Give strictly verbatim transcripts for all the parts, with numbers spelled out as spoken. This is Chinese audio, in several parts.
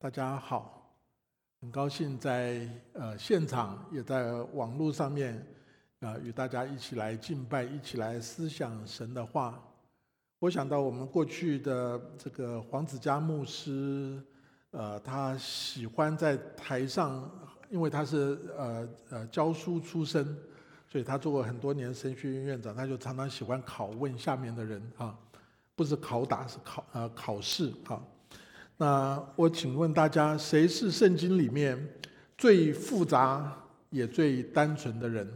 大家好，很高兴在呃现场，也在网络上面，呃与大家一起来敬拜，一起来思想神的话。我想到我们过去的这个黄子嘉牧师，呃，他喜欢在台上，因为他是呃呃教书出身，所以他做过很多年神学院院长，他就常常喜欢拷问下面的人啊，不是拷打，是考呃考试啊。那我请问大家，谁是圣经里面最复杂也最单纯的人？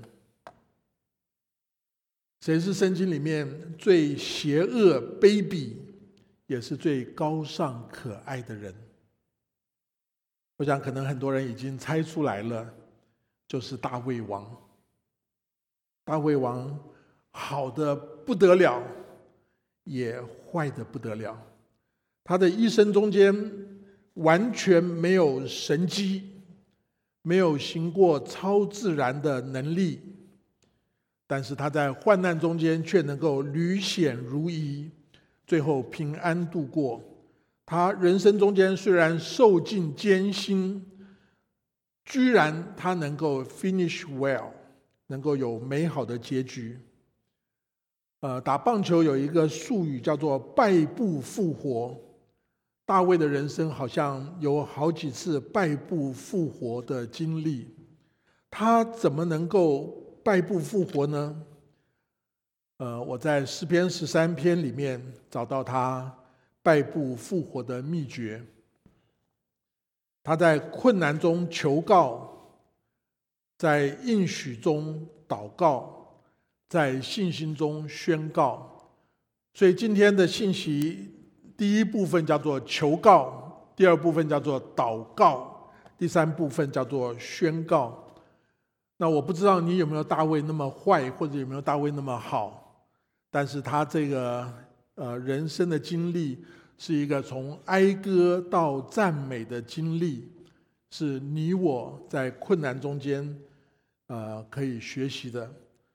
谁是圣经里面最邪恶卑鄙也是最高尚可爱的人？我想可能很多人已经猜出来了，就是大卫王。大卫王好的不得了，也坏的不得了。他的一生中间完全没有神迹，没有行过超自然的能力，但是他在患难中间却能够履险如夷，最后平安度过。他人生中间虽然受尽艰辛，居然他能够 finish well， 能够有美好的结局。呃，打棒球有一个术语叫做败部复活。大卫的人生好像有好几次败部复活的经历，他怎么能够败部复活呢？呃，我在诗篇十三篇里面找到他败部复活的秘诀。他在困难中求告，在应许中祷告，在信心中宣告。所以今天的信息，第一部分叫做求告，第二部分叫做祷告，第三部分叫做宣告。那我不知道你有没有大卫那么坏，或者有没有大卫那么好，但是他这个呃人生的经历是一个从哀歌到赞美的经历，是你我在困难中间呃可以学习的。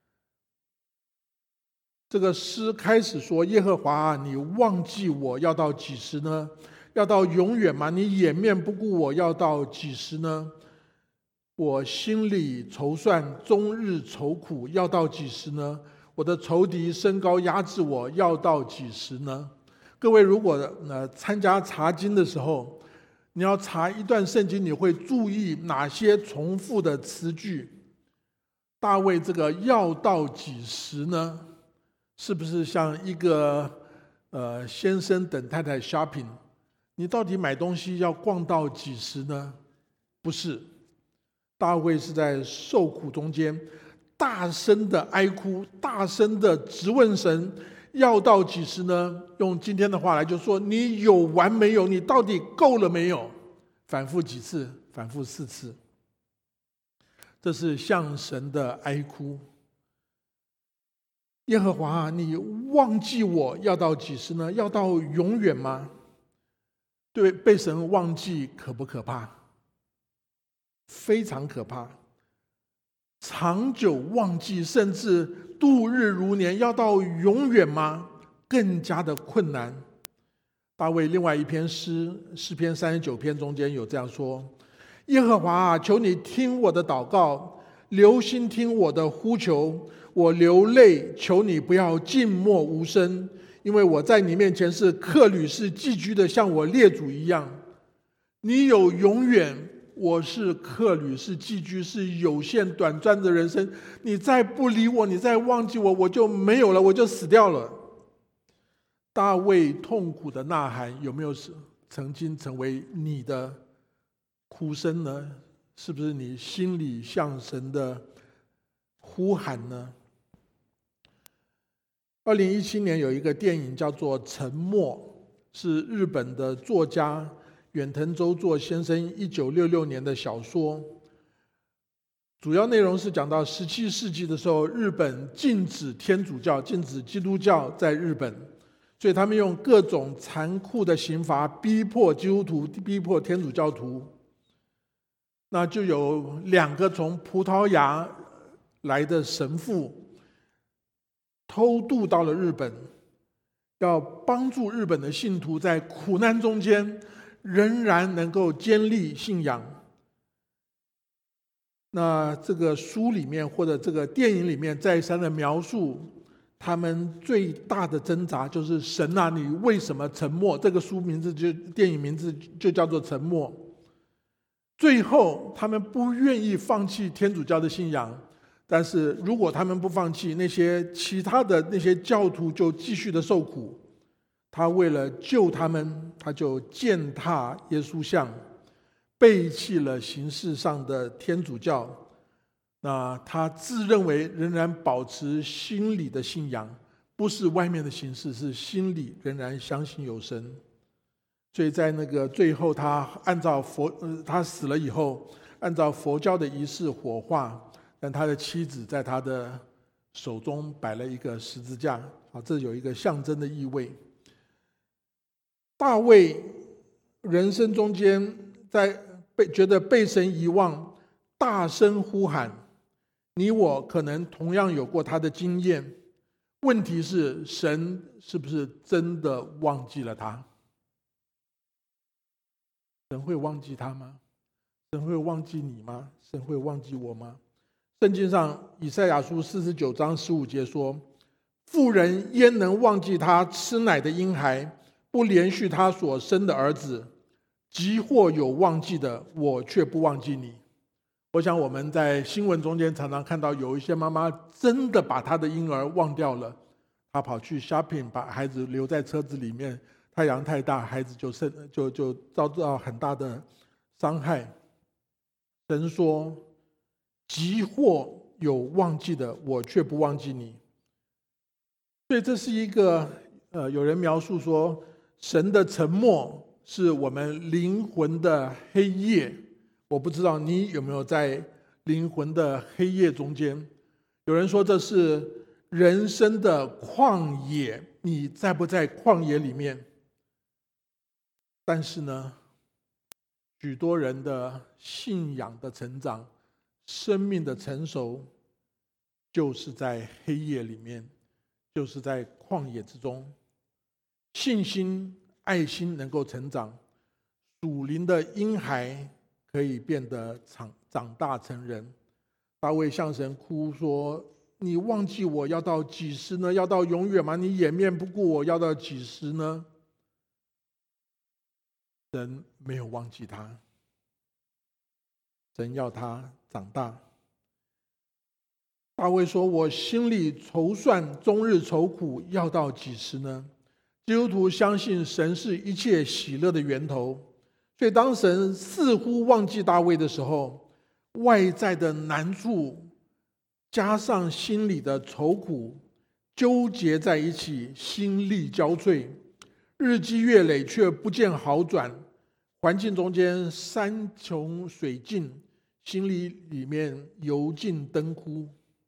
这个诗开始说：耶和华啊，你忘记我要到几时呢？要到永远吗？你掩面不顾我要到几时呢？我心里筹算，终日愁苦，要到几时呢？我的仇敌升高压制我，要到几时呢？各位，如果呃参加查经的时候，你要查一段圣经，你会注意哪些重复的词句？大卫这个要到几时呢？是不是像一个呃先生等太太 shopping？ 你到底买东西要逛到几时呢？不是，大卫是在受苦中间大声的哀哭，大声的质问神，要到几时呢？用今天的话来就说，你有完没有？你到底够了没有？反复几次？反复四次。这是向神的哀哭。耶和华啊，你忘记我要到几时呢？要到永远吗？对，被神忘记可不可怕？非常可怕。长久忘记，甚至度日如年，要到永远吗？更加的困难。大卫另外一篇诗，诗篇三十九篇中间有这样说：耶和华啊，求你听我的祷告，留心听我的呼求。我流泪，求你不要静默无声，因为我在你面前是客旅，是寄居的，像我列祖一样。你有永远，我是客旅，是寄居，是有限短暂的人生。你再不理我，你再忘记我，我就没有了，我就死掉了。大卫痛苦的呐喊，有没有曾经成为你的哭声呢？是不是你心里向神的呼喊呢？二零一七年有一个电影叫做《沉默》，是日本的作家远藤周作先生一九六六年的小说。主要内容是讲到十七世纪的时候，日本禁止天主教、禁止基督教在日本，所以他们用各种残酷的刑罚逼迫基督徒，逼迫天主教徒。那就有两个从葡萄牙来的神父偷渡到了日本，要帮助日本的信徒在苦难中间仍然能够坚立信仰。那这个书里面或者这个电影里面再三的描述他们最大的挣扎，就是神啊，你为什么沉默？这个书名字就电影名字就叫做沉默。最后他们不愿意放弃天主教的信仰，但是如果他们不放弃，那些其他的那些教徒就继续的受苦。他为了救他们，他就践踏耶稣像，背弃了形式上的天主教。那他自认为仍然保持心里的信仰，不是外面的形式，是心里仍然相信有神。所以在那个最后，他按照佛，他死了以后，按照佛教的仪式火化，但他的妻子在他的手中摆了一个十字架，啊，这有一个象征的意味。大卫人生中间，在被觉得被神遗忘，大声呼喊，你我可能同样有过他的经验。问题是，神是不是真的忘记了他？神会忘记他吗？神会忘记你吗？神会忘记我吗？圣经上以赛亚书四十九章十五节说，妇人焉能忘记他吃奶的婴孩，不连续他所生的儿子？即或有忘记的，我却不忘记你。我想我们在新闻中间常常看到有一些妈妈真的把她的婴儿忘掉了，她跑去 shopping， 把孩子留在车子里面，太阳太大，孩子就就就遭到很大的伤害。神说，即或有忘记的，我却不忘记你。所以这是一个呃，有人描述说，神的沉默是我们灵魂的黑夜。我不知道你有没有在灵魂的黑夜中间。有人说这是人生的旷野，你在不在旷野里面？但是呢，许多人的信仰的成长，生命的成熟，就是在黑夜里面，就是在旷野之中。信心、爱心能够成长，属灵的婴孩可以变得长长大成人。大卫向神哭说，你忘记我要到几时呢？要到永远吗？你掩面不顾我要到几时呢？神没有忘记他，神要他长大。大卫说，我心里筹算，终日愁苦，要到几时呢？基督徒相信神是一切喜乐的源头，所以当神似乎忘记大卫的时候，外在的难处加上心里的愁苦纠结在一起，心力交瘁，日积月累却不见好转，环境中间山穷水尽，心里里面油尽灯枯。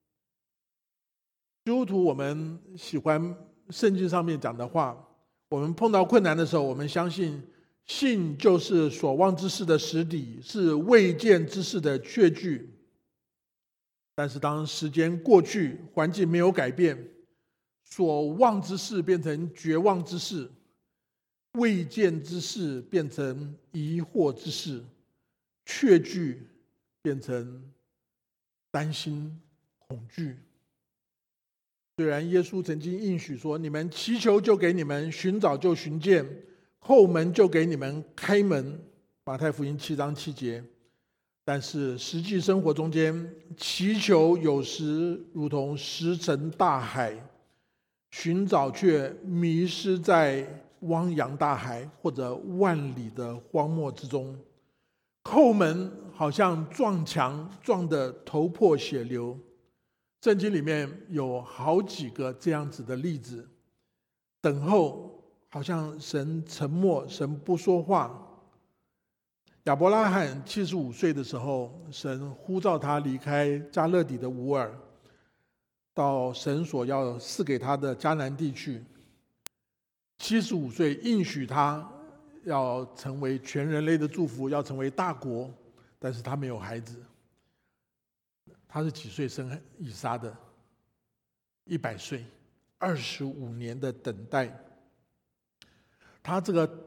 基督徒我们喜欢圣经上面讲的话，我们碰到困难的时候，我们相信信就是所望之事的实底，是未见之事的确据。但是当时间过去，环境没有改变，所望之事变成绝望之事，未见之事变成疑惑之事，确据变成担心恐惧。虽然耶稣曾经应许说，你们祈求就给你们，寻找就寻见，叩门就给你们开门，马太福音七章七节，但是实际生活中间，祈求有时如同石沉大海，寻找却迷失在汪洋大海或者万里的荒漠之中，叩门好像撞墙撞得头破血流。圣经里面有好几个这样子的例子，等候好像神沉默，神不说话。亚伯拉罕七十五岁的时候，神呼召他离开加勒底的乌尔，到神所要赐给他的迦南地去。七十五岁应许他要成为全人类的祝福，要成为大国，但是他没有孩子。他是几岁生以撒的？一百岁，二十五年的等待。他这个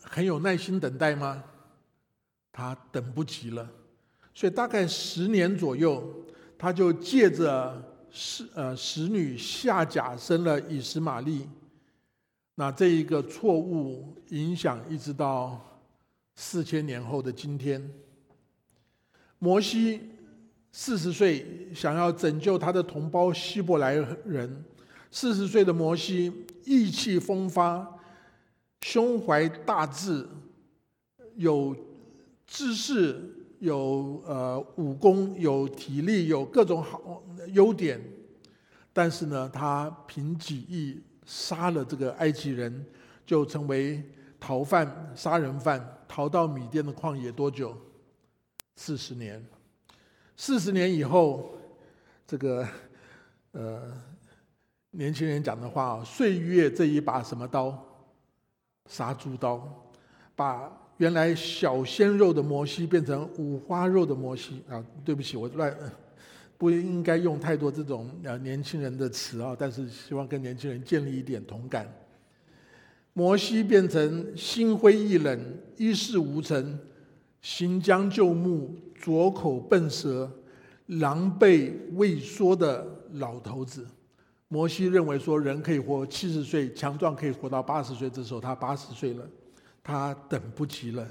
很有耐心等待吗？他等不及了，所以大概十年左右，他就借着使呃使女夏甲生了以实玛利。那这一个错误影响一直到四千年后的今天。摩西四十岁，想要拯救他的同胞希伯来人。四十岁的摩西意气风发，胸怀大志，有知识，有呃武功，有体力，有各种好优点。但是呢，他凭己意杀了这个埃及人，就成为逃犯、杀人犯，逃到米甸的旷野多久？四十年。四十年以后，这个呃年轻人讲的话，岁月这一把什么刀？杀猪刀，把原来小鲜肉的摩西变成五花肉的摩西啊！对不起，我乱，不应该用太多这种呃年轻人的词啊，但是希望跟年轻人建立一点同感。摩西变成心灰意冷、一事无成、行将就木、拙口笨舌、狼狈畏缩的老头子。摩西认为说人可以活七十岁，强壮可以活到八十岁，这时候他八十岁了，他等不及了。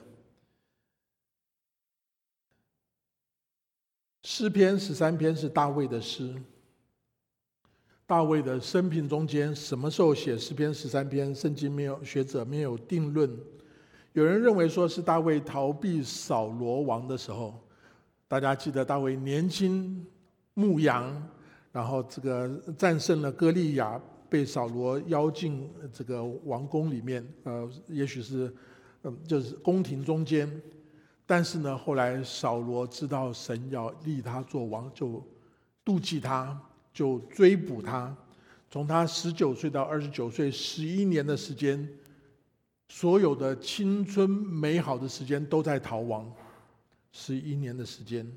诗篇十三篇是大卫的诗。大卫的生平中间，什么时候写诗篇十三篇？圣经没有学者没有定论。有人认为说是大卫逃避扫罗王的时候。大家记得大卫年轻牧羊，然后这个战胜了歌利亚，被扫罗邀进这个王宫里面，呃，也许是，嗯，就是宫廷中间。但是呢，后来扫罗知道神要立他做王，就妒忌他，就追捕他。从他十九岁到二十九岁，十一年的时间，所有的青春美好的时间都在逃亡。十一年的时间。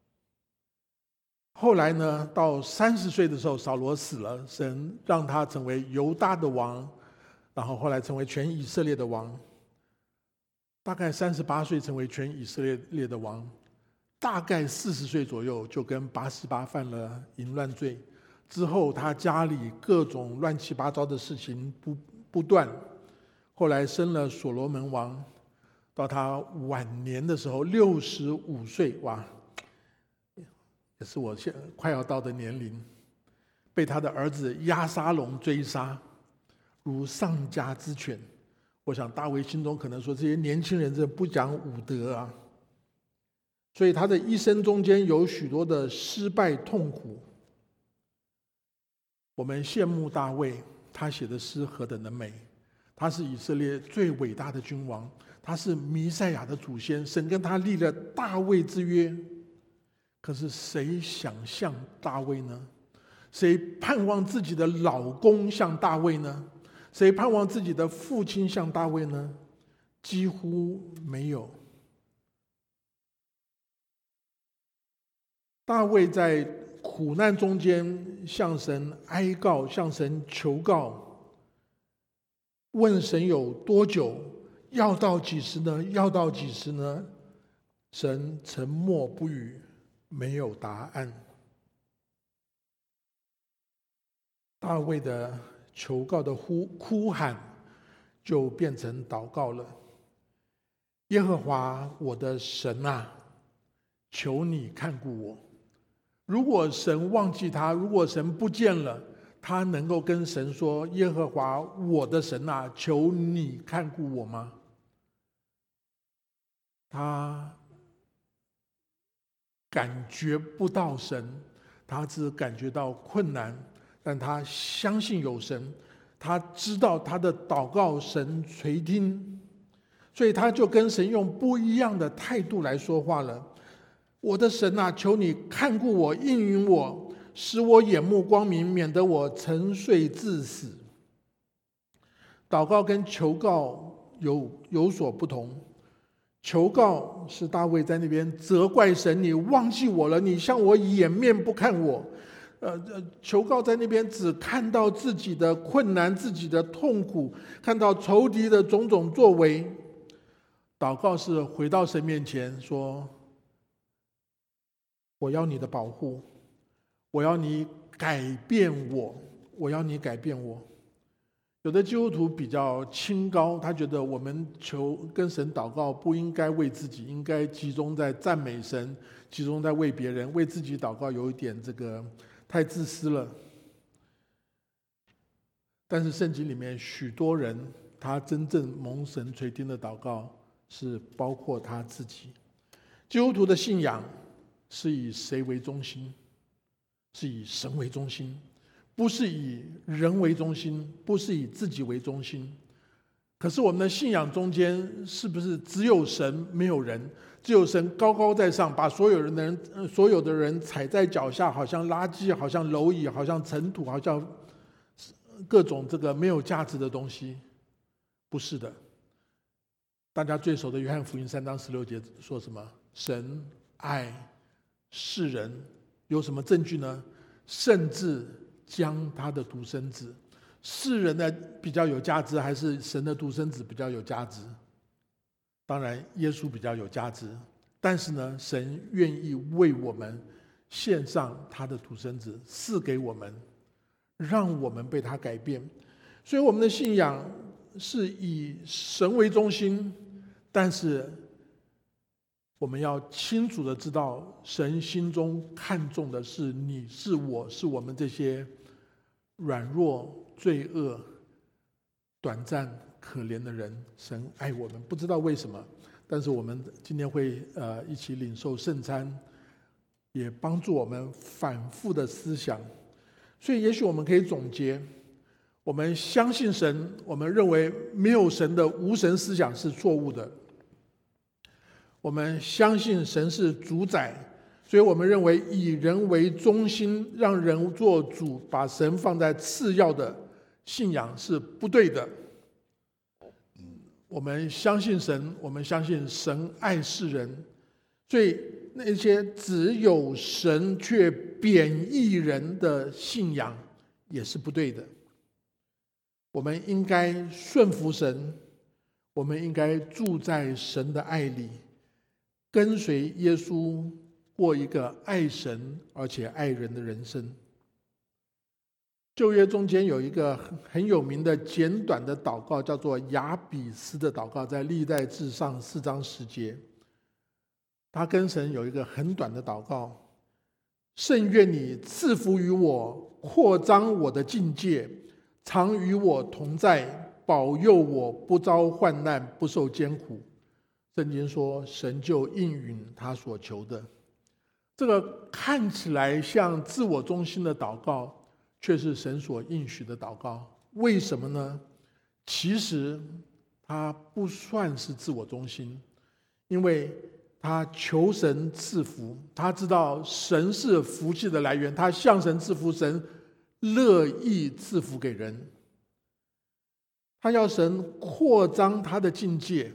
后来呢，到三十岁的时候，扫罗死了，神让他成为犹大的王，然后后来成为全以色列的王。大概三十八岁成为全以色列的王，大概四十岁左右就跟八十八犯了淫乱罪。之后他家里各种乱七八糟的事情不不断，后来生了所罗门王。到他晚年的时候，六十五岁，哇，也是我现快要到的年龄，被他的儿子押沙龙追杀，如丧家之犬。我想大卫心中可能说，这些年轻人这不讲武德啊。所以他的一生中间有许多的失败痛苦。我们羡慕大卫，他写的诗何等的美，他是以色列最伟大的君王，他是弥赛亚的祖先，神跟他立了大卫之约。可是谁想像大卫呢？谁盼望自己的老公像大卫呢？谁盼望自己的父亲像大卫呢？几乎没有。大卫在苦难中间向神哀告，向神求告，问神有多久？要到几时呢？要到几时呢？神沉默不语，没有答案。大卫的求告的呼哭喊就变成祷告了。耶和华我的神啊，求你看顾我。如果神忘记他，如果神不见了，他能够跟神说，耶和华我的神啊，求你看顾我吗？他感觉不到神，他只感觉到困难，但他相信有神，他知道他的祷告神垂听，所以他就跟神用不一样的态度来说话了。我的神啊，求你看顾我，应允我，使我眼目光明，免得我沉睡至死。祷告跟求告有有所不同。求告是大卫在那边责怪神，你忘记我了，你向我掩面不看我。呃，求告在那边只看到自己的困难，自己的痛苦，看到仇敌的种种作为。 祷告是回到神面前说，我要你的保护，我要你改变我，我要你改变我。有的基督徒比较清高，他觉得我们求跟神祷告不应该为自己，应该集中在赞美神，集中在为别人，为自己祷告有一点这个太自私了。但是圣经里面许多人，他真正蒙神垂听的祷告是包括他自己。基督徒的信仰是以谁为中心？是以神为中心，不是以人为中心，不是以自己为中心。可是我们的信仰中间是不是只有神没有人？只有神高高在上，把所有人的人所有的人踩在脚下，好像垃圾，好像蝼蚁，好像尘土，好像各种这个没有价值的东西？不是的。大家最熟的约翰福音三章十六节说什么？神爱世人，有什么证据呢？甚至将他的独生子。世人的比较有价值，还是神的独生子比较有价值？当然耶稣比较有价值，但是呢，神愿意为我们献上他的独生子，赐给我们，让我们被他改变。所以我们的信仰是以神为中心，但是我们要清楚的知道，神心中看重的是你，是我，是我们这些软弱、罪恶、短暂、可怜的人。神爱我们，不知道为什么，但是我们今天会呃一起领受圣餐，也帮助我们反复的思想。所以也许我们可以总结，我们相信神，我们认为没有神的无神思想是错误的。我们相信神是主宰，所以我们认为以人为中心，让人做主，把神放在次要的信仰是不对的。我们相信神，我们相信神爱世人，所以那些只有神却贬义人的信仰也是不对的。我们应该顺服神，我们应该住在神的爱里，跟随耶稣过一个爱神而且爱人的人生。旧约中间有一个很有名的简短的祷告，叫做雅比斯的祷告，在历代志上四章十节。他跟神有一个很短的祷告：甚愿你赐福于我，扩张我的境界，常与我同在，保佑我不遭患难，不受艰苦。圣经说，神就应允他所求的。这个看起来像自我中心的祷告，却是神所应许的祷告。为什么呢？其实他不算是自我中心，因为他求神赐福，他知道神是福气的来源，他向神赐福，神乐意赐福给人。他要神扩张他的境界，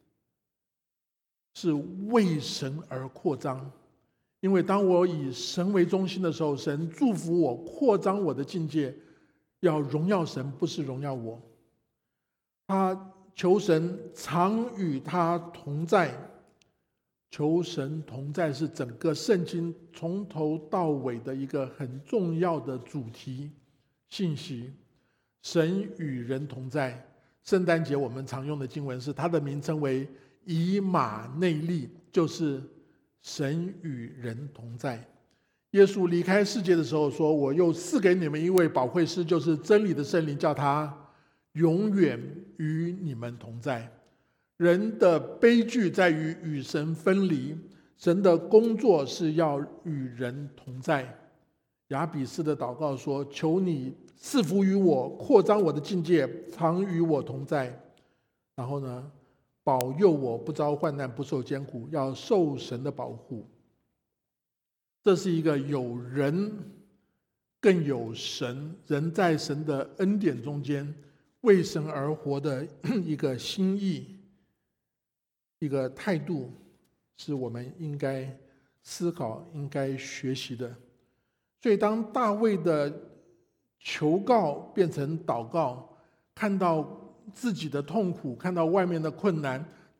是为神而扩张。因为当我以神为中心的时候，神祝福我，扩张我的境界，要荣耀神，不是荣耀我。他求神常与他同在，求神同在是整个圣经从头到尾的一个很重要的主题信息。神与人同在。圣诞节我们常用的经文是，它的名称为以马内利，就是神与人同在。耶稣离开世界的时候说，我又赐给你们一位保惠师，就是真理的圣灵，叫他永远与你们同在。人的悲剧在于与神分离，神的工作是要与人同在。雅比斯的祷告说，求你赐福于我，扩张我的境界，常与我同在。然后呢，保佑我不遭患难，不受艰苦，要受神的保护。这是一个有人更有神，人在神的恩典中间为神而活的一个心意，一个态度，是我们应该思考、应该学习的。所以当大卫的求告变成祷告，看到自己的痛苦，看到外面的困难，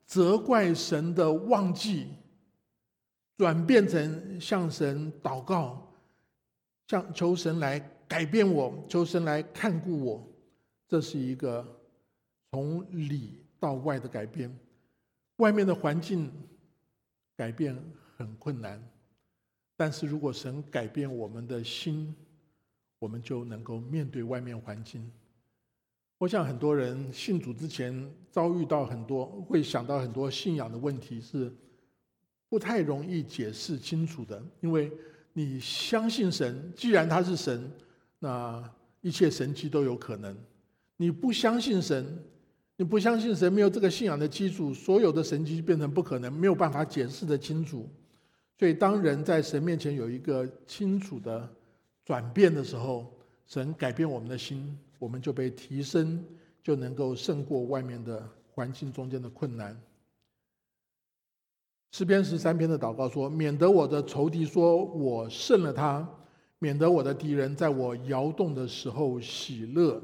责怪神的忘记，转变成向神祷告，向求神来改变我，求神来看顾我。这是一个从里到外的改变。外面的环境改变很困难，但是如果神改变我们的心，我们就能够面对外面环境。我想很多人信主之前遭遇到很多，会想到很多信仰的问题是不太容易解释清楚的。因为你相信神，既然他是神，那一切神迹都有可能。你不相信神，你不相信神，没有这个信仰的基础，所有的神迹变成不可能，没有办法解释的清楚。所以当人在神面前有一个清楚的转变的时候，神改变我们的心，我们就被提升，就能够胜过外面的环境中间的困难。诗篇十三篇的祷告说：免得我的仇敌说我胜了他，免得我的敌人在我摇动的时候喜乐。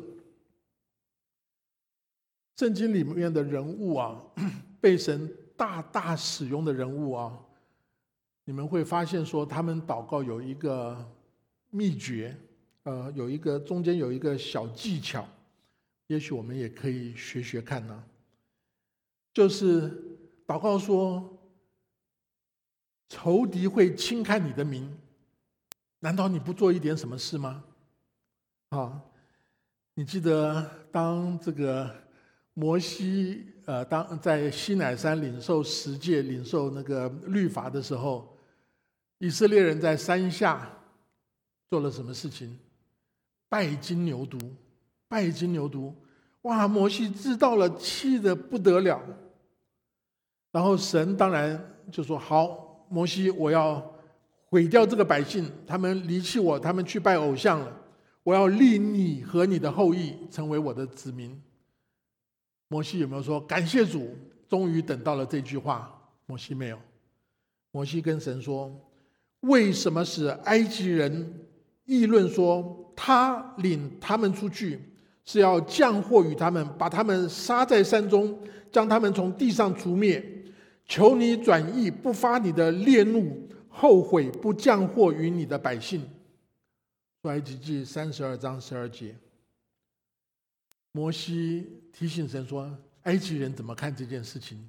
圣经里面的人物啊，被神大大使用的人物啊，你们会发现说他们祷告有一个秘诀，呃，有一个中间有一个小技巧，也许我们也可以学学看呢、啊。就是祷告说，仇敌会轻看你的名，难道你不做一点什么事吗？啊，你记得当这个摩西呃，当在西乃山领受十诫、领受那个律法的时候，以色列人在山下做了什么事情？拜金牛犊，拜金牛犊！哇，摩西知道了，气得不得了。然后神当然就说：好，摩西，我要毁掉这个百姓，他们离弃我，他们去拜偶像了。我要立你和你的后裔成为我的子民。摩西有没有说感谢主？终于等到了这句话。摩西没有。摩西跟神说：为什么使埃及人议论说他领他们出去，是要降祸于他们，把他们杀在山中，将他们从地上除灭？求你转意，不发你的烈怒，后悔不降祸于你的百姓。出埃及记三十二章十二节。摩西提醒神说：埃及人怎么看这件事情？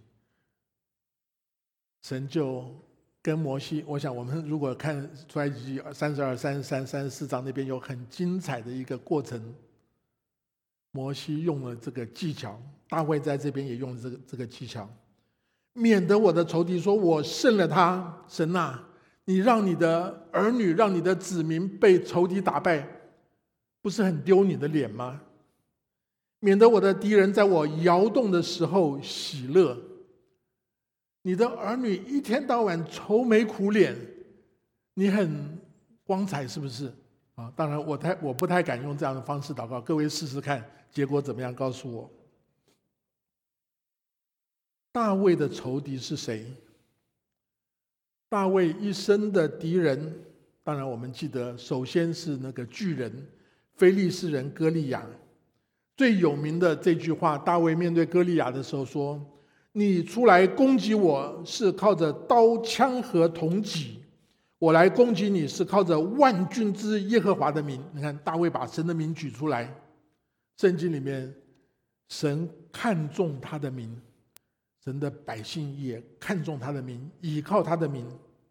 神就跟摩西，我想我们如果看出埃及记三十二、三十三、三十四章，那边有很精彩的一个过程。摩西用了这个技巧，大卫在这边也用了这个这个技巧，免得我的仇敌说我胜了他。神啊，你让你的儿女，让你的子民被仇敌打败，不是很丢你的脸吗？免得我的敌人在我摇动的时候喜乐。你的儿女一天到晚愁眉苦脸，你很光彩是不是？啊，当然我太我不太敢用这样的方式祷告，各位试试看结果怎么样，告诉我。大卫的仇敌是谁？大卫一生的敌人，当然我们记得，首先是那个巨人非利士人歌利亚。最有名的这句话，大卫面对歌利亚的时候说：你出来攻击我是靠着刀枪和铜戟，我来攻击你是靠着万军之耶和华的名。你看大卫把神的名举出来，圣经里面神看重他的名，神的百姓也看重他的名，倚靠他的名。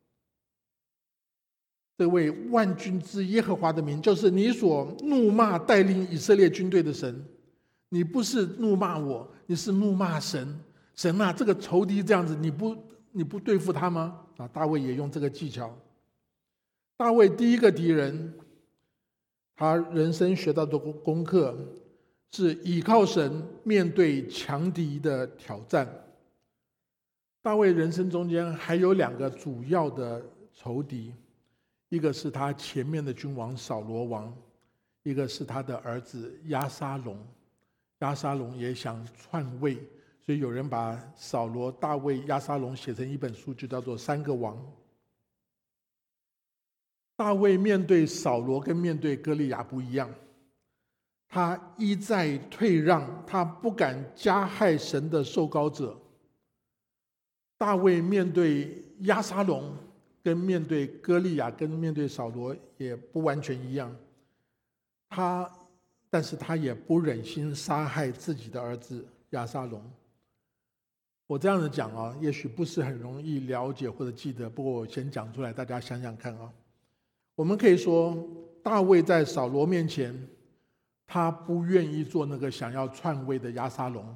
这位万军之耶和华的名，就是你所怒骂带领以色列军队的神。你不是怒骂我，你是怒骂神。神啊，这个仇敌这样子，你不你不对付他吗？啊，大卫也用这个技巧。大卫第一个敌人，他人生学到的功课是倚靠神，面对强敌的挑战。大卫人生中间还有两个主要的仇敌，一个是他前面的君王扫罗王，一个是他的儿子押沙龙。押沙龙也想篡位，所以有人把扫罗、大卫、押沙龙写成一本书，就叫做《三个王》。大卫面对扫罗跟面对歌利亚不一样，他一再退让，他不敢加害神的受膏者。 大卫面对押沙龙，跟面对歌利亚，跟面对扫罗也不完全一样。他，但是他也不忍心杀害自己的儿子押沙龙。我这样子讲啊，也许不是很容易了解或者记得，不过我先讲出来，大家想想看啊。我们可以说，大卫在扫罗面前，他不愿意做那个想要篡位的押沙龙。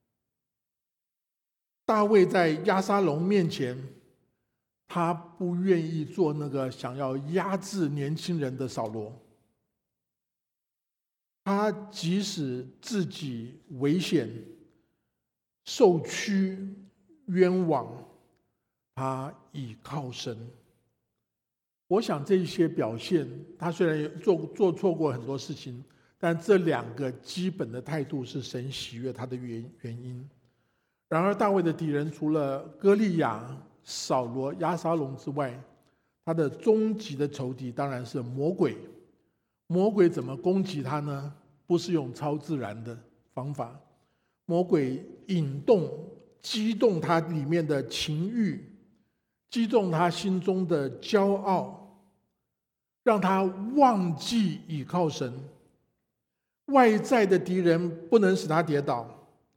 大卫在押沙龙面前，他不愿意做那个想要压制年轻人的扫罗。他即使自己危险、受屈、冤枉，他倚靠神。我想这些表现，他虽然做做错过很多事情，但这两个基本的态度是神喜悦他的原原因。然而，大卫的敌人除了歌利亚、扫罗、押沙龙之外，他的终极的仇敌当然是魔鬼。魔鬼怎么攻击他呢？不是用超自然的方法，魔鬼引动、激动他里面的情欲，激动他心中的骄傲，让他忘记倚靠神。外在的敌人不能使他跌倒。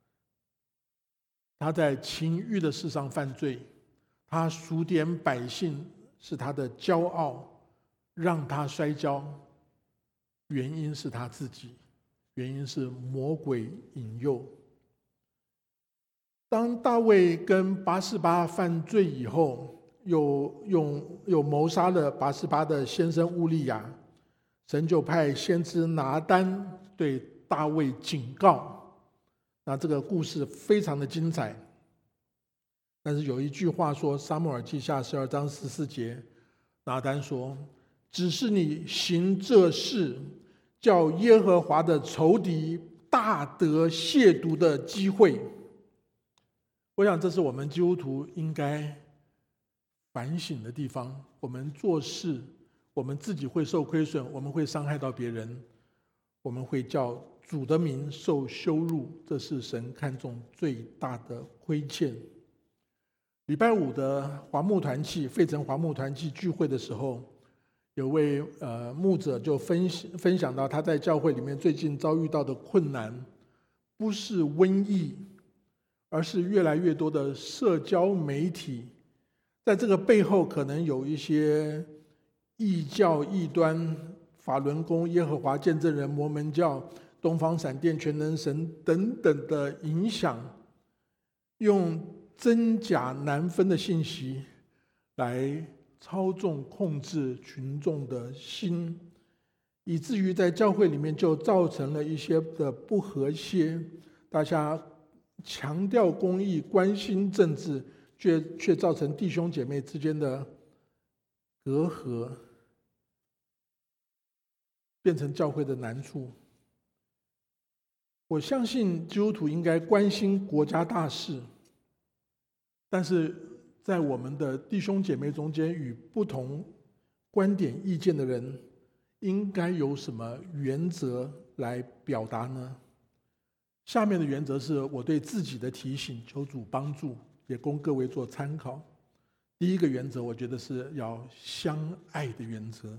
他在情欲的事上犯罪，他数点百姓是他的骄傲，让他摔跤。原因是他自己，原因是魔鬼引诱。当大卫跟拔示巴犯罪以后，又用又谋杀了拔示巴的先生乌利亚，神就派先知拿单对大卫警告。那这个故事非常的精彩，但是有一句话说，撒母耳记下十二章十四节，拿单说：“只是你行这事，叫耶和华的仇敌大得亵渎的机会。”我想这是我们基督徒应该反省的地方。我们做事，我们自己会受亏损，我们会伤害到别人，我们会叫主的名受羞辱，这是神看重最大的亏欠。礼拜五的华牧团契，费城华牧团契聚会的时候，有位呃牧者就分分享到他在教会里面最近遭遇到的困难，不是瘟疫，而是越来越多的社交媒体，在这个背后可能有一些异教异端、法轮功、耶和华见证人、摩门教、东方闪电、全能神等等的影响，用真假难分的信息来操纵控制群众的心，以至于在教会里面就造成了一些的不和谐。大家强调公义、关心政治，却却造成弟兄姐妹之间的隔阂，变成教会的难处。我相信基督徒应该关心国家大事，但是在我们的弟兄姐妹中间，与不同观点意见的人，应该有什么原则来表达呢？下面的原则是我对自己的提醒，求主帮助，也供各位做参考。第一个原则，我觉得是要相爱的原则。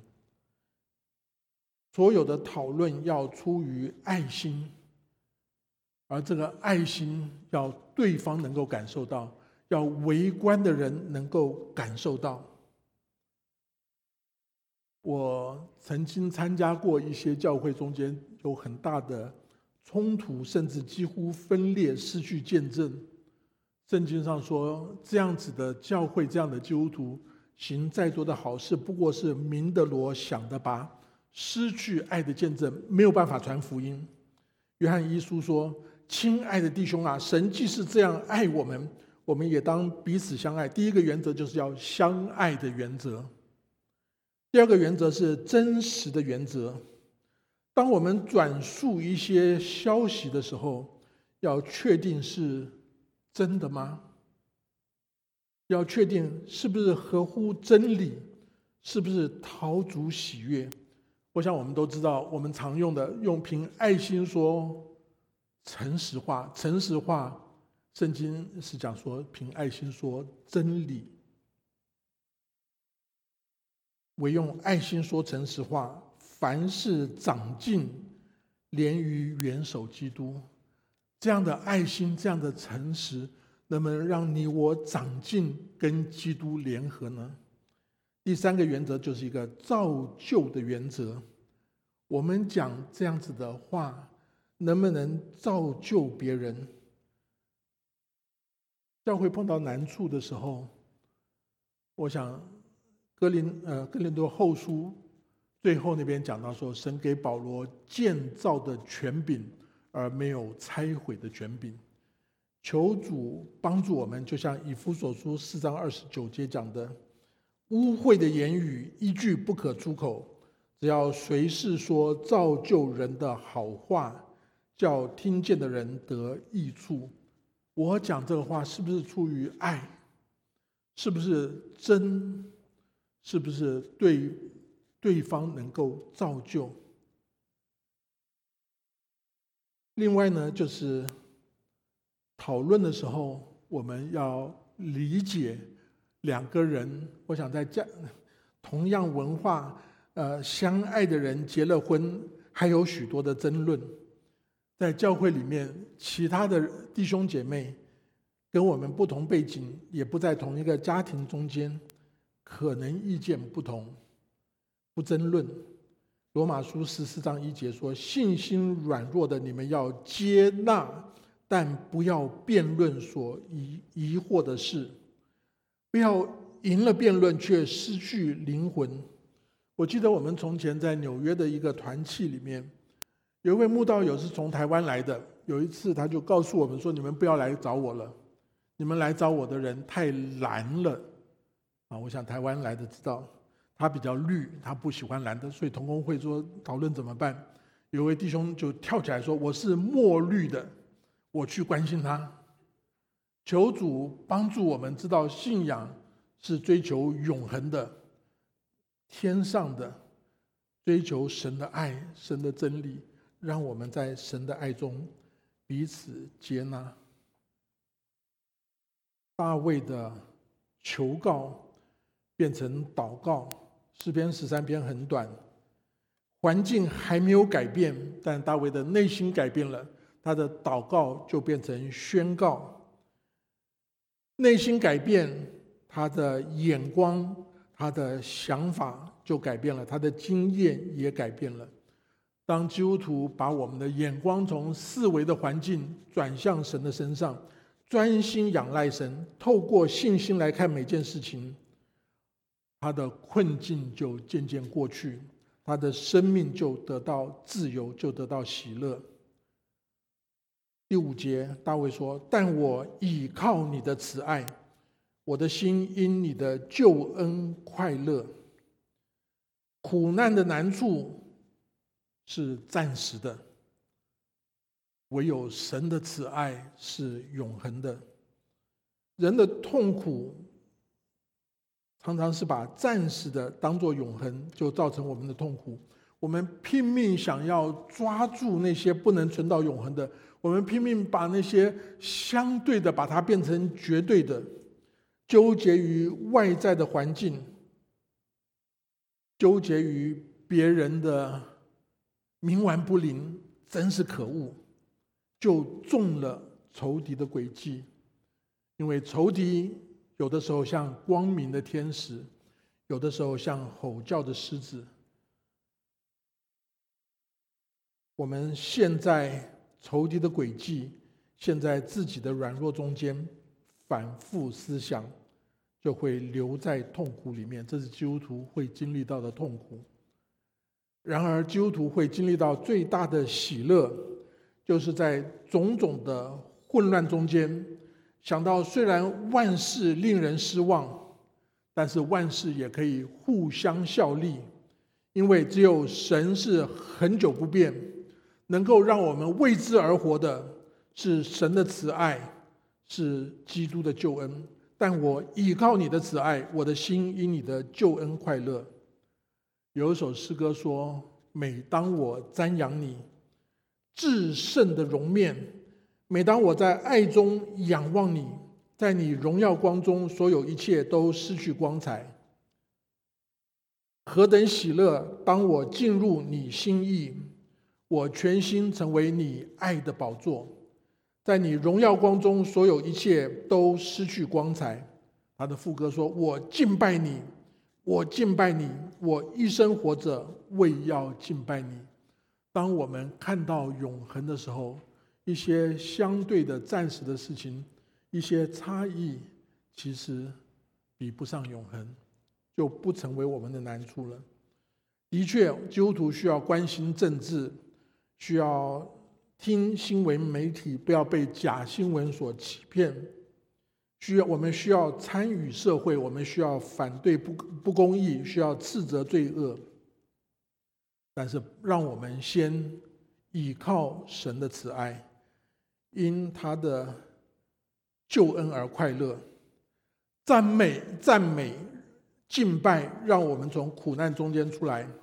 所有的讨论要出于爱心，而这个爱心要对方能够感受到，要围观的人能够感受到。我曾经参加过一些教会中间有很大的冲突，甚至几乎分裂，失去见证。圣经上说，这样子的教会，这样的基督徒行再多的好事，不过是明的罗想的拔，失去爱的见证，没有办法传福音。约翰一书说，亲爱的弟兄啊，神既是这样爱我们，我们也当彼此相爱。第一个原则就是要相爱的原则。第二个原则是真实的原则。当我们转述一些消息的时候，要确定是真的吗？要确定是不是合乎真理，是不是讨主喜悦。我想我们都知道，我们常用的用凭爱心说诚实话，诚实话圣经是讲说凭爱心说真理，唯用爱心说诚实话，凡事长进，连于元首基督。这样的爱心，这样的诚实，能不能让你我长进，跟基督联合呢？第三个原则就是一个造就的原则。我们讲这样子的话，能不能造就别人？教会碰到难处的时候，我想哥林呃哥林多后书最后那边讲到说，神给保罗建造的权柄，而没有拆毁的权柄。求主帮助我们，就像以弗所书四章二十九节讲的，污秽的言语一句不可出口，只要随时说造就人的好话，叫听见的人得益处。我讲这个话是不是出于爱？是不是真？是不是对对方能够造就？另外呢，就是讨论的时候，我们要理解两个人，我想在家同样文化呃相爱的人结了婚，还有许多的争论。在教会里面，其他的弟兄姐妹跟我们不同背景，也不在同一个家庭中间，可能意见不同，不争论。罗马书十四章一节说，信心软弱的你们要接纳，但不要辩论所疑疑惑的事，不要赢了辩论却失去灵魂。我记得我们从前在纽约的一个团契里面，有一位慕道友是从台湾来的，有一次他就告诉我们说，你们不要来找我了，你们来找我的人太蓝了啊！我想台湾来的知道他比较绿，他不喜欢蓝的，所以同工会说讨论怎么办。有位弟兄就跳起来说，我是墨绿的，我去关心他。求主帮助我们知道，信仰是追求永恒的、天上的，追求神的爱、神的真理，让我们在神的爱中彼此接纳。大卫的求告变成祷告，诗篇十三篇很短，环境还没有改变，但大卫的内心改变了，他的祷告就变成宣告。内心改变，他的眼光、他的想法就改变了，他的经验也改变了。当基督徒把我们的眼光从四维的环境转向神的身上，专心仰赖神，透过信心来看每件事情，他的困境就渐渐过去，他的生命就得到自由，就得到喜乐。第五节，大卫说，但我倚靠你的慈爱，我的心因你的救恩快乐。苦难的难处是暂时的，唯有神的慈爱是永恒的。人的痛苦常常是把暂时的当作永恒，就造成我们的痛苦。我们拼命想要抓住那些不能存到永恒的，我们拼命把那些相对的把它变成绝对的，纠结于外在的环境，纠结于别人的冥顽不灵，真是可恶，就中了仇敌的诡计。因为仇敌有的时候像光明的天使，有的时候像吼叫的狮子。我们陷在仇敌的诡计，陷在自己的软弱中间，反复思想，就会留在痛苦里面。这是基督徒会经历到的痛苦。然而基督徒会经历到最大的喜乐，就是在种种的混乱中间，想到虽然万事令人失望，但是万事也可以互相效力，因为只有神是恒久不变，能够让我们为之而活的是神的慈爱，是基督的救恩。但我倚靠你的慈爱，我的心因你的救恩快乐。有一首诗歌说，每当我瞻仰你至圣的容面， 每当我在爱中仰望你，在你荣耀光中，所有一切都失去光彩。何等喜乐！当我进入你心意，我全心成为你爱的宝座。在你荣耀光中，所有一切都失去光彩。他的副歌说：我敬拜你，我敬拜你，我一生活着为要敬拜你。当我们看到永恒的时候，一些相对的暂时的事情，一些差异，其实比不上永恒，就不成为我们的难处了。的确，基督徒需要关心政治，需要听新闻媒体，不要被假新闻所欺骗。需要我们需要参与社会，我们需要反对不不公义，需要斥责罪恶。但是，让我们先倚靠神的慈爱，因他的救恩而快乐，赞美、赞美、敬拜，让我们从苦难中间出来。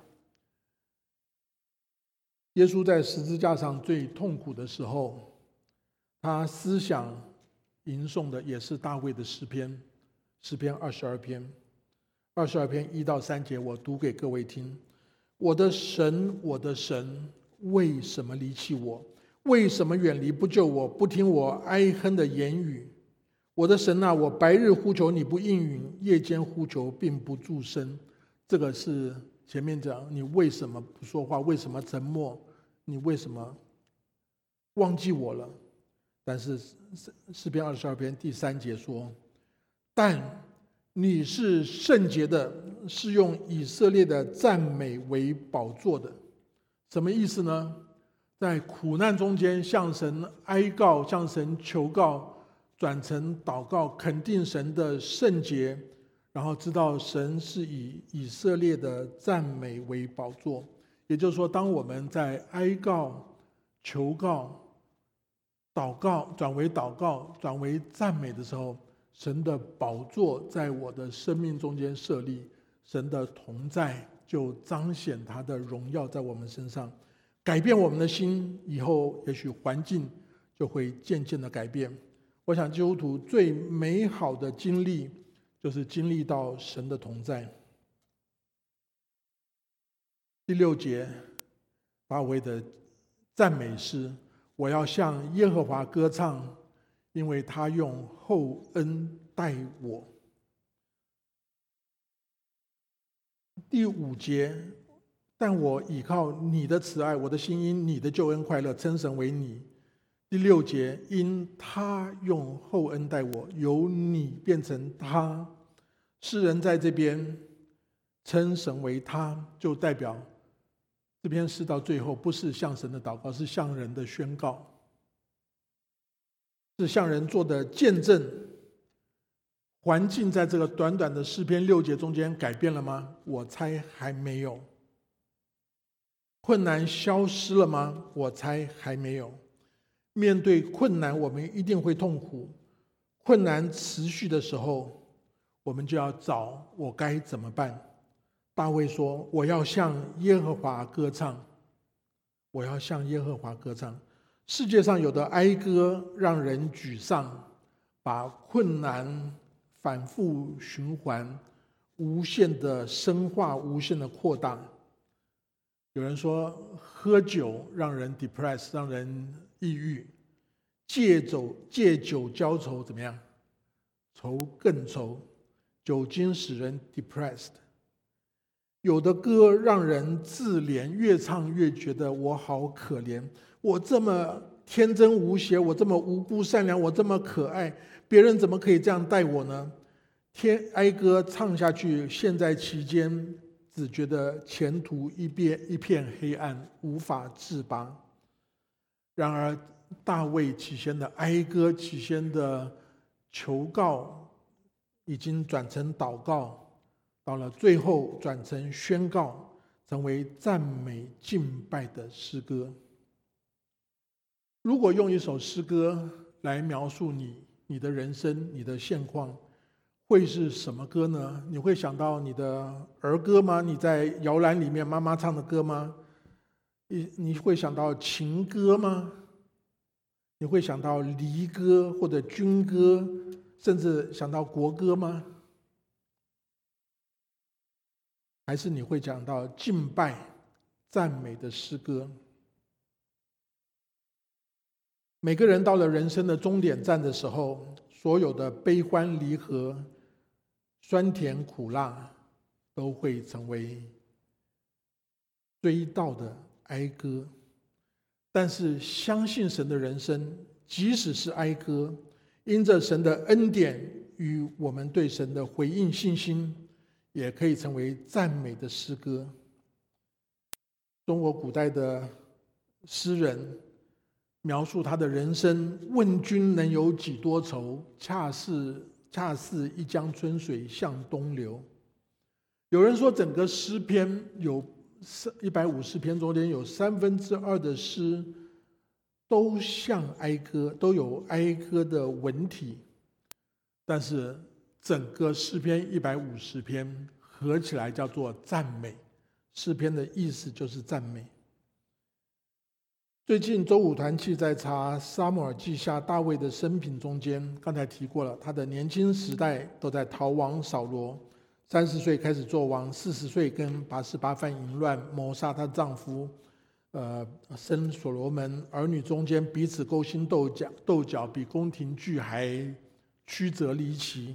耶稣在十字架上最痛苦的时候，他思想吟诵的也是大卫的诗篇，诗篇二十二篇，二十二篇一到三节，我读给各位听。我的神，我的神，为什么离弃我？为什么远离不救我？不听我哀哼的言语？我的神啊，我白日呼求你不应允，夜间呼求并不住声。这个是前面讲你为什么不说话，为什么沉默，你为什么忘记我了？但是诗篇二十二篇第三节说，但你是圣洁的，是用以色列的赞美为宝座的。什么意思呢？在苦难中间向神哀告，向神求告，转成祷告，肯定神的圣洁，然后知道神是以以色列的赞美为宝座。也就是说，当我们在哀告、求告、祷告转为祷告，转为赞美的时候，神的宝座在我的生命中间设立，神的同在就彰显他的荣耀在我们身上，改变我们的心，以后也许环境就会渐渐的改变。我想基督徒最美好的经历就是经历到神的同在。第六节，大卫的赞美诗，我要向耶和华歌唱，因为他用厚恩待我。第五节，但我倚靠你的慈爱，我的心因你的救恩快乐，称神为你。第六节，因他用厚恩待我，由你变成他。诗人在这边称神为他，就代表这篇诗到最后不是向神的祷告，是向人的宣告，是向人做的见证。环境在这个短短的诗篇六节中间改变了吗？我猜还没有。困难消失了吗？我猜还没有。面对困难，我们一定会痛苦。困难持续的时候，我们就要找我该怎么办。大卫说：我要向耶和华歌唱，我要向耶和华歌唱。世界上有的哀歌让人沮丧，把困难反复循环，无限的深化，无限的扩大。有人说喝酒让人 depress， 让人抑郁，借酒借酒浇愁怎么样？愁更愁，酒精使人 depressed。 有的歌让人自怜，越唱越觉得我好可怜，我这么天真无邪，我这么无辜善良，我这么可爱，别人怎么可以这样待我呢？天哀歌唱下去，陷在其间，只觉得前途一片一片黑暗，无法自拔。然而大卫起先的哀歌，起先的求告，已经转成祷告，到了最后转成宣告，成为赞美敬拜的诗歌。如果用一首诗歌来描述你你的人生，你的现况，会是什么歌呢？你会想到你的儿歌吗？你在摇篮里面妈妈唱的歌吗？你你会想到情歌吗？ 你会想到离歌或者军歌，甚至想到国歌吗？还是你会讲到敬拜、赞美的诗歌？每个人到了人生的终点站的时候，所有的悲欢离合、酸甜苦辣，都会成为追悼的哀歌。但是相信神的人生，即使是哀歌，因着神的恩典与我们对神的回应信心，也可以成为赞美的诗歌。中国古代的诗人描述他的人生，问君能有几多愁，恰似恰似一江春水向东流。有人说整个诗篇有一百五十篇中间有三分之二的诗都像哀歌，都有哀歌的文体，但是整个诗篇一百五十篇合起来叫做赞美。诗篇的意思就是赞美。最近周五团契在查撒母耳记下大卫的生平中间，刚才提过了，他的年轻时代都在逃亡扫罗，三十岁开始做王，四十岁跟拔示巴犯淫乱，谋杀她丈夫，呃，生所罗门，儿女中间彼此勾心斗角，斗角比宫廷剧还曲折离奇。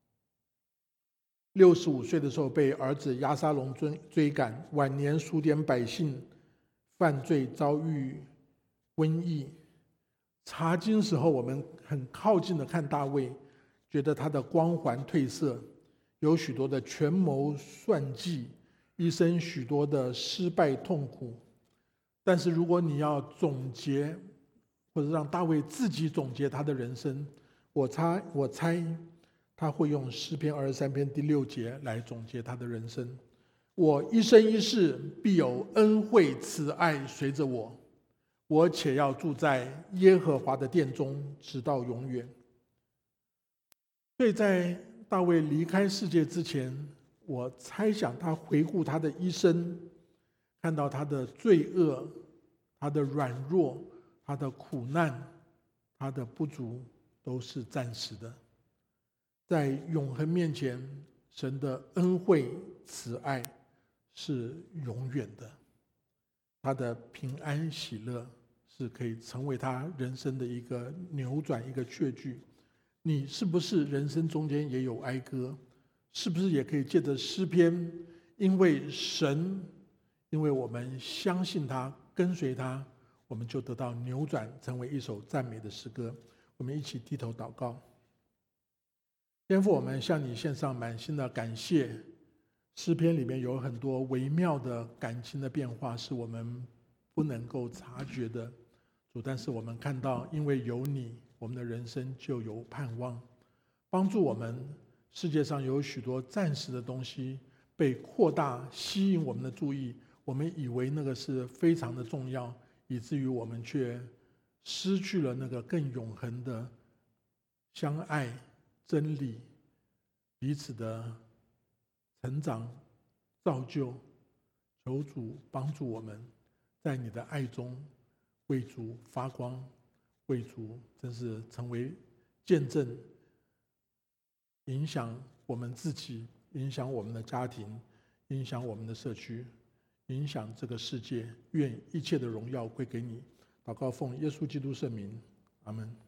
六十五岁的时候被儿子押沙龙追追赶，晚年数点百姓犯罪遭遇瘟疫。查经时候，我们很靠近的看大卫，觉得他的光环褪色，有许多的权谋算计，一生许多的失败痛苦。但是如果你要总结，或者让大卫自己总结他的人生，我猜我猜他会用诗篇二十三篇第六节来总结他的人生。我一生一世必有恩惠慈爱随着我，我且要住在耶和华的殿中，直到永远。所以在大卫离开世界之前，我猜想他回顾他的一生，看到他的罪恶，他的软弱，他的苦难，他的不足，都是暂时的。在永恒面前，神的恩惠慈爱是永远的，他的平安喜乐是可以成为他人生的一个扭转，一个确据。你是不是人生中间也有哀歌？是不是也可以借着诗篇，因为神，因为我们相信他，跟随他，我们就得到扭转，成为一首赞美的诗歌。我们一起低头祷告。天父，我们向你献上满心的感谢。诗篇里面有很多微妙的感情的变化，是我们不能够察觉的，主，但是我们看到，因为有你，我们的人生就有盼望。帮助我们，世界上有许多暂时的东西被扩大，吸引我们的注意，我们以为那个是非常的重要，以至于我们却失去了那个更永恒的相爱、真理、彼此的成长、造就。求主帮助我们，在你的爱中为主发光，为主真是成为见证，影响我们自己，影响我们的家庭，影响我们的社区，影响这个世界。愿一切的荣耀归给你。祷告奉耶稣基督圣名，阿们。